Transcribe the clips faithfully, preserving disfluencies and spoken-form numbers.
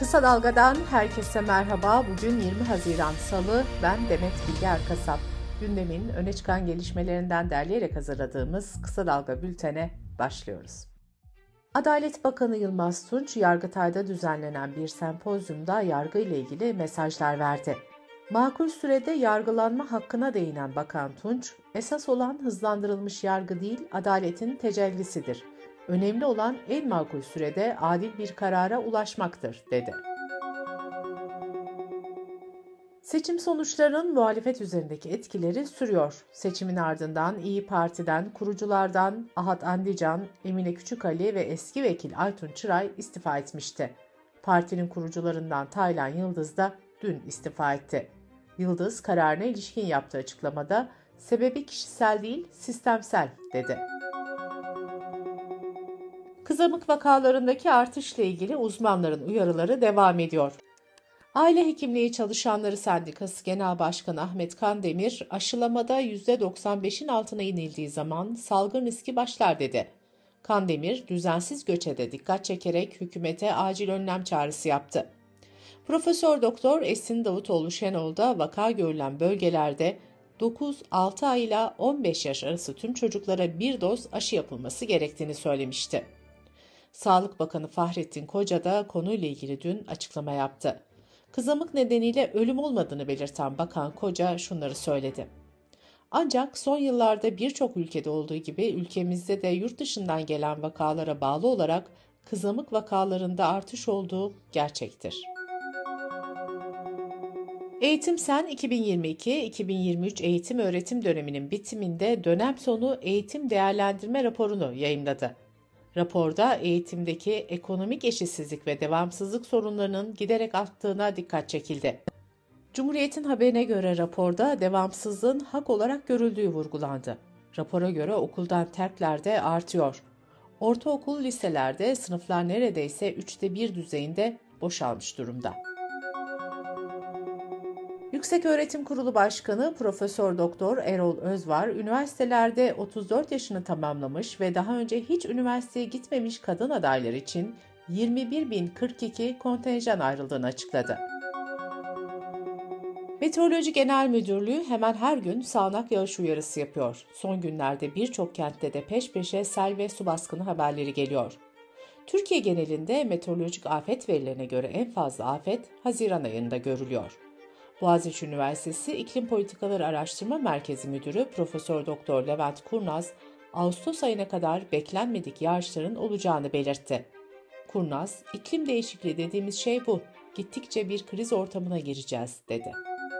Kısa Dalga'dan herkese merhaba. Bugün yirmi Haziran Salı. Ben Demet Bilge Erkasap. Gündemin öne çıkan gelişmelerinden derleyerek hazırladığımız Kısa Dalga bültene başlıyoruz. Adalet Bakanı Yılmaz Tunç, Yargıtay'da düzenlenen bir sempozyumda yargı ile ilgili mesajlar verdi. Makul sürede yargılanma hakkına değinen Bakan Tunç, esas olan hızlandırılmış yargı değil, adaletin tecellisidir. Önemli olan en makul sürede adil bir karara ulaşmaktır, dedi. Seçim sonuçlarının muhalefet üzerindeki etkileri sürüyor. Seçimin ardından İyi Parti'den, kuruculardan Ahat Andican, Emine Küçükali ve eski vekil Aytun Çıray istifa etmişti. Partinin kurucularından Taylan Yıldız da dün istifa etti. Yıldız, kararına ilişkin yaptığı açıklamada, sebebi kişisel değil, sistemsel, dedi. Kızamık vakalarındaki artışla ilgili uzmanların uyarıları devam ediyor. Aile Hekimliği Çalışanları Sendikası Genel Başkanı Ahmet Kandemir, aşılamada yüzde doksan beşin altına inildiği zaman salgın riski başlar dedi. Kandemir, düzensiz göçe de dikkat çekerek hükümete acil önlem çağrısı yaptı. Profesör Doktor Esin Davutoğlu Şenol da vaka görülen bölgelerde dokuz altı ay ile on beş yaş arası tüm çocuklara bir doz aşı yapılması gerektiğini söylemişti. Sağlık Bakanı Fahrettin Koca da konuyla ilgili dün açıklama yaptı. Kızamık nedeniyle ölüm olmadığını belirten Bakan Koca şunları söyledi. Ancak son yıllarda birçok ülkede olduğu gibi ülkemizde de yurt dışından gelen vakalara bağlı olarak kızamık vakalarında artış olduğu gerçektir. Eğitim Sen iki bin yirmi iki iki bin yirmi üç eğitim öğretim döneminin bitiminde dönem sonu eğitim değerlendirme raporunu yayımladı. Raporda eğitimdeki ekonomik eşitsizlik ve devamsızlık sorunlarının giderek arttığına dikkat çekildi. Cumhuriyet'in haberine göre raporda devamsızlığın hak olarak görüldüğü vurgulandı. Rapora göre okuldan terkler de artıyor. Ortaokul, liselerde sınıflar neredeyse üçte bir düzeyinde boşalmış durumda. Yükseköğretim Kurulu Başkanı Profesör Doktor Erol Özvar, üniversitelerde otuz dört yaşını tamamlamış ve daha önce hiç üniversiteye gitmemiş kadın adaylar için yirmi bir bin kırk iki kontenjan ayrıldığını açıkladı. Meteoroloji Genel Müdürlüğü hemen her gün sağanak yağış uyarısı yapıyor. Son günlerde birçok kentte de peş peşe sel ve su baskını haberleri geliyor. Türkiye genelinde meteorolojik afet verilerine göre en fazla afet Haziran ayında görülüyor. Boğaziçi Üniversitesi İklim Politikaları Araştırma Merkezi Müdürü Profesör Doktor Levent Kurnaz, Ağustos ayına kadar beklenmedik yağışların olacağını belirtti. Kurnaz, iklim değişikliği dediğimiz şey bu, gittikçe bir kriz ortamına gireceğiz, dedi.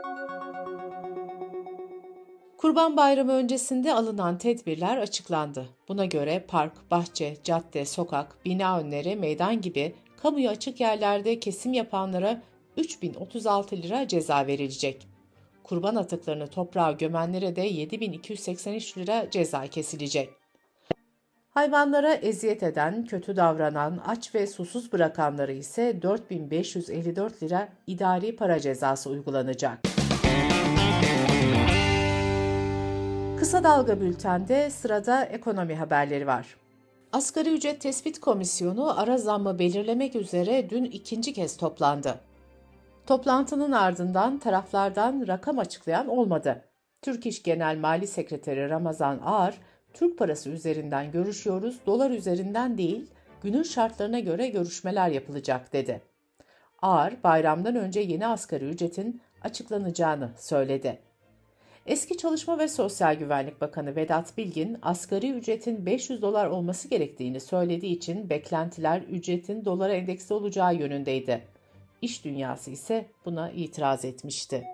Kurban Bayramı öncesinde alınan tedbirler açıklandı. Buna göre park, bahçe, cadde, sokak, bina önleri, meydan gibi kamuya açık yerlerde kesim yapanlara üç bin otuz altı lira ceza verilecek. Kurban atıklarını toprağa gömenlere de yedi bin iki yüz seksen üç lira ceza kesilecek. Hayvanlara eziyet eden, kötü davranan, aç ve susuz bırakanları ise dört bin beş yüz elli dört lira idari para cezası uygulanacak. Kısa Dalga Bülten'de sırada ekonomi haberleri var. Asgari Ücret Tespit Komisyonu ara zammı belirlemek üzere dün ikinci kez toplandı. Toplantının ardından taraflardan rakam açıklayan olmadı. Türk İş Genel Mali Sekreteri Ramazan Ağar, Türk parası üzerinden görüşüyoruz, dolar üzerinden değil, günün şartlarına göre görüşmeler yapılacak, dedi. Ağar, bayramdan önce yeni asgari ücretin açıklanacağını söyledi. Eski Çalışma ve Sosyal Güvenlik Bakanı Vedat Bilgin, asgari ücretin beş yüz dolar olması gerektiğini söylediği için beklentiler ücretin dolara endeksli olacağı yönündeydi. İş dünyası ise buna itiraz etmişti.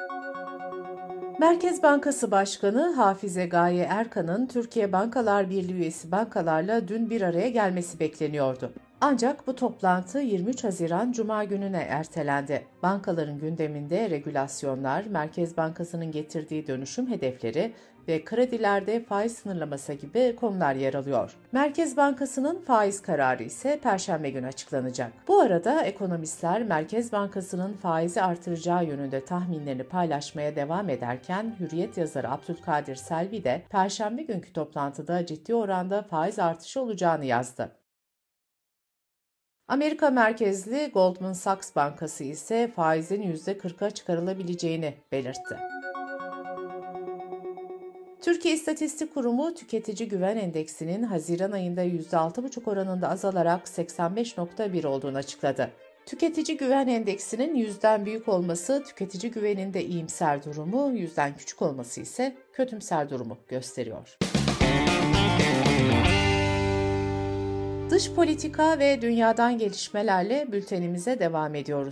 Merkez Bankası Başkanı Hafize Gaye Erkan'ın Türkiye Bankalar Birliği üyesi bankalarla dün bir araya gelmesi bekleniyordu. Ancak bu toplantı yirmi üç Haziran Cuma gününe ertelendi. Bankaların gündeminde regülasyonlar, Merkez Bankası'nın getirdiği dönüşüm hedefleri ve kredilerde faiz sınırlaması gibi konular yer alıyor. Merkez Bankası'nın faiz kararı ise Perşembe günü açıklanacak. Bu arada ekonomistler Merkez Bankası'nın faizi artıracağı yönünde tahminlerini paylaşmaya devam ederken Hürriyet yazarı Abdülkadir Selvi de Perşembe günkü toplantıda ciddi oranda faiz artışı olacağını yazdı. Amerika merkezli Goldman Sachs Bankası ise faizin yüzde kırka çıkarılabileceğini belirtti. Türkiye İstatistik Kurumu Tüketici Güven Endeksinin Haziran ayında yüzde altı virgül beş oranında azalarak seksen beş virgül bir olduğunu açıkladı. Tüketici Güven Endeksinin yüzden büyük olması tüketici güveninde iyimser durumu, yüzden küçük olması ise kötümser durumu gösteriyor. Dış politika ve dünyadan gelişmelerle bültenimize devam ediyoruz.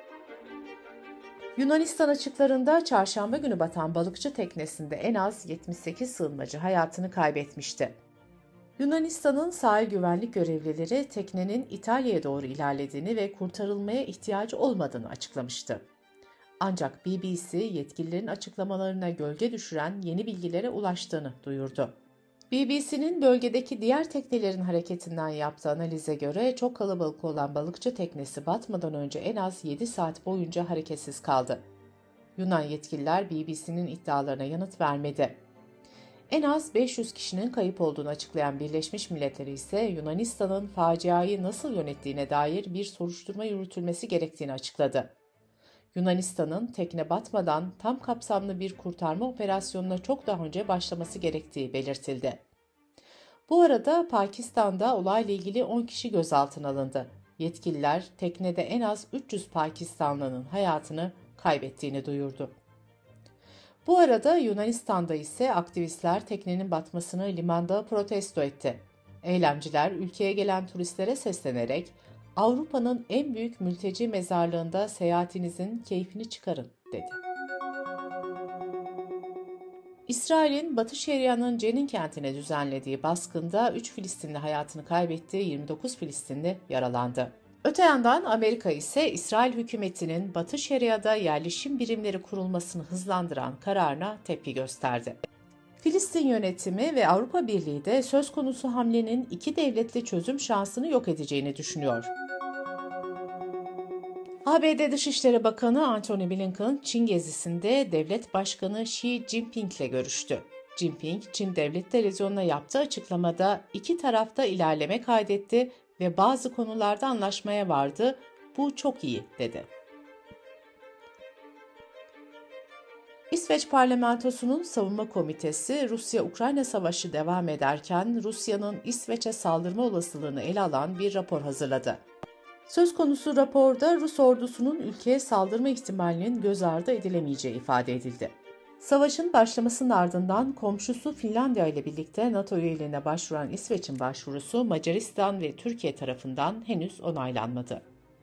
Yunanistan açıklarında çarşamba günü batan balıkçı teknesinde en az yetmiş sekiz sığınmacı hayatını kaybetmişti. Yunanistan'ın sahil güvenlik görevlileri teknenin İtalya'ya doğru ilerlediğini ve kurtarılmaya ihtiyacı olmadığını açıklamıştı. Ancak B B C yetkililerin açıklamalarına gölge düşüren yeni bilgilere ulaştığını duyurdu. B B C'nin bölgedeki diğer teknelerin hareketinden yaptığı analize göre çok kalabalık olan balıkçı teknesi batmadan önce en az yedi saat boyunca hareketsiz kaldı. Yunan yetkililer B B C'nin iddialarına yanıt vermedi. En az beş yüz kişinin kayıp olduğunu açıklayan Birleşmiş Milletler ise Yunanistan'ın faciayı nasıl yönettiğine dair bir soruşturma yürütülmesi gerektiğini açıkladı. Yunanistan'ın tekne batmadan tam kapsamlı bir kurtarma operasyonuna çok daha önce başlaması gerektiği belirtildi. Bu arada Pakistan'da olayla ilgili on kişi gözaltına alındı. Yetkililer teknede en az üç yüz Pakistanlı'nın hayatını kaybettiğini duyurdu. Bu arada Yunanistan'da ise aktivistler teknenin batmasını limanda protesto etti. Eylemciler ülkeye gelen turistlere seslenerek Avrupa'nın en büyük mülteci mezarlığında seyahatinizin keyfini çıkarın dedi. İsrail'in Batı Şeria'nın Cenin kentine düzenlediği baskında üç Filistinli hayatını kaybetti, yirmi dokuz Filistinli yaralandı. Öte yandan Amerika ise İsrail hükümetinin Batı Şeria'da yerleşim birimleri kurulmasını hızlandıran kararına tepki gösterdi. Filistin yönetimi ve Avrupa Birliği de söz konusu hamlenin iki devletli çözüm şansını yok edeceğini düşünüyor. A B D Dışişleri Bakanı Antony Blinken, Çin gezisinde devlet başkanı Xi Jinping ile görüştü. Jinping, Çin Devlet Televizyonu'na yaptığı açıklamada iki tarafta ilerleme kaydetti ve bazı konularda anlaşmaya vardı, bu çok iyi dedi. İsveç Parlamentosu'nun Savunma Komitesi, Rusya-Ukrayna Savaşı devam ederken Rusya'nın İsveç'e saldırma olasılığını ele alan bir rapor hazırladı. Söz konusu raporda Rus ordusunun ülkeye saldırma ihtimalinin göz ardı edilemeyeceği ifade edildi. Savaşın başlamasının ardından komşusu Finlandiya ile birlikte NATO üyeliğine başvuran İsveç'in başvurusu Macaristan ve Türkiye tarafından henüz onaylanmadı.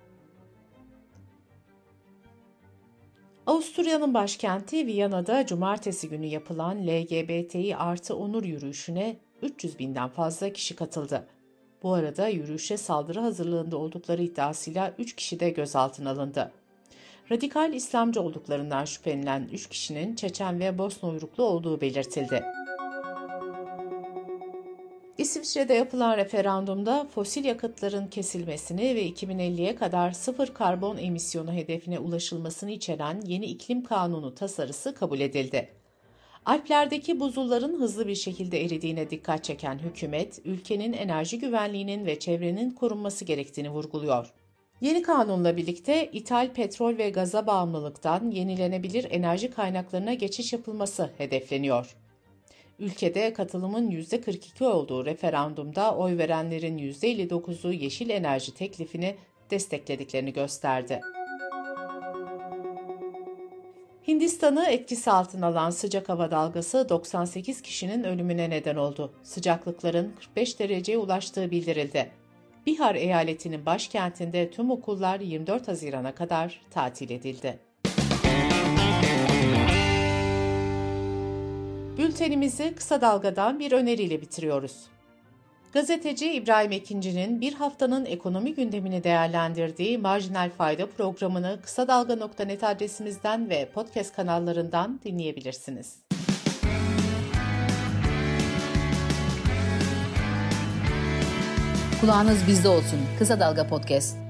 Avusturya'nın başkenti Viyana'da cumartesi günü yapılan L G B T İ artı onur yürüyüşüne üç yüz binden fazla kişi katıldı. Bu arada yürüyüşe saldırı hazırlığında oldukları iddiasıyla üç kişi de gözaltına alındı. Radikal İslamcı olduklarından şüphelenen üç kişinin Çeçen ve Bosna uyruklu olduğu belirtildi. İsviçre'de yapılan referandumda fosil yakıtların kesilmesini ve iki bin elliye kadar sıfır karbon emisyonu hedefine ulaşılmasını içeren yeni iklim kanunu tasarısı kabul edildi. Alplerdeki buzulların hızlı bir şekilde eridiğine dikkat çeken hükümet, ülkenin enerji güvenliğinin ve çevrenin korunması gerektiğini vurguluyor. Yeni kanunla birlikte ithal petrol ve gaza bağımlılıktan yenilenebilir enerji kaynaklarına geçiş yapılması hedefleniyor. Ülkede katılımın yüzde kırk iki olduğu referandumda oy verenlerin yüzde elli dokuzu yeşil enerji teklifini desteklediklerini gösterdi. Hindistan'ı etkisi altına alan sıcak hava dalgası doksan sekiz kişinin ölümüne neden oldu. Sıcaklıkların kırk beş dereceye ulaştığı bildirildi. Bihar eyaletinin başkentinde tüm okullar yirmi dört Haziran'a kadar tatil edildi. Bültenimizi kısa dalgadan bir öneriyle bitiriyoruz. Gazeteci İbrahim Ekinci'nin bir haftanın ekonomi gündemini değerlendirdiği Marjinal Fayda programını kısa dalga nokta net adresimizden ve podcast kanallarından dinleyebilirsiniz. Kulağınız bizde olsun. Kısa Dalga Podcast.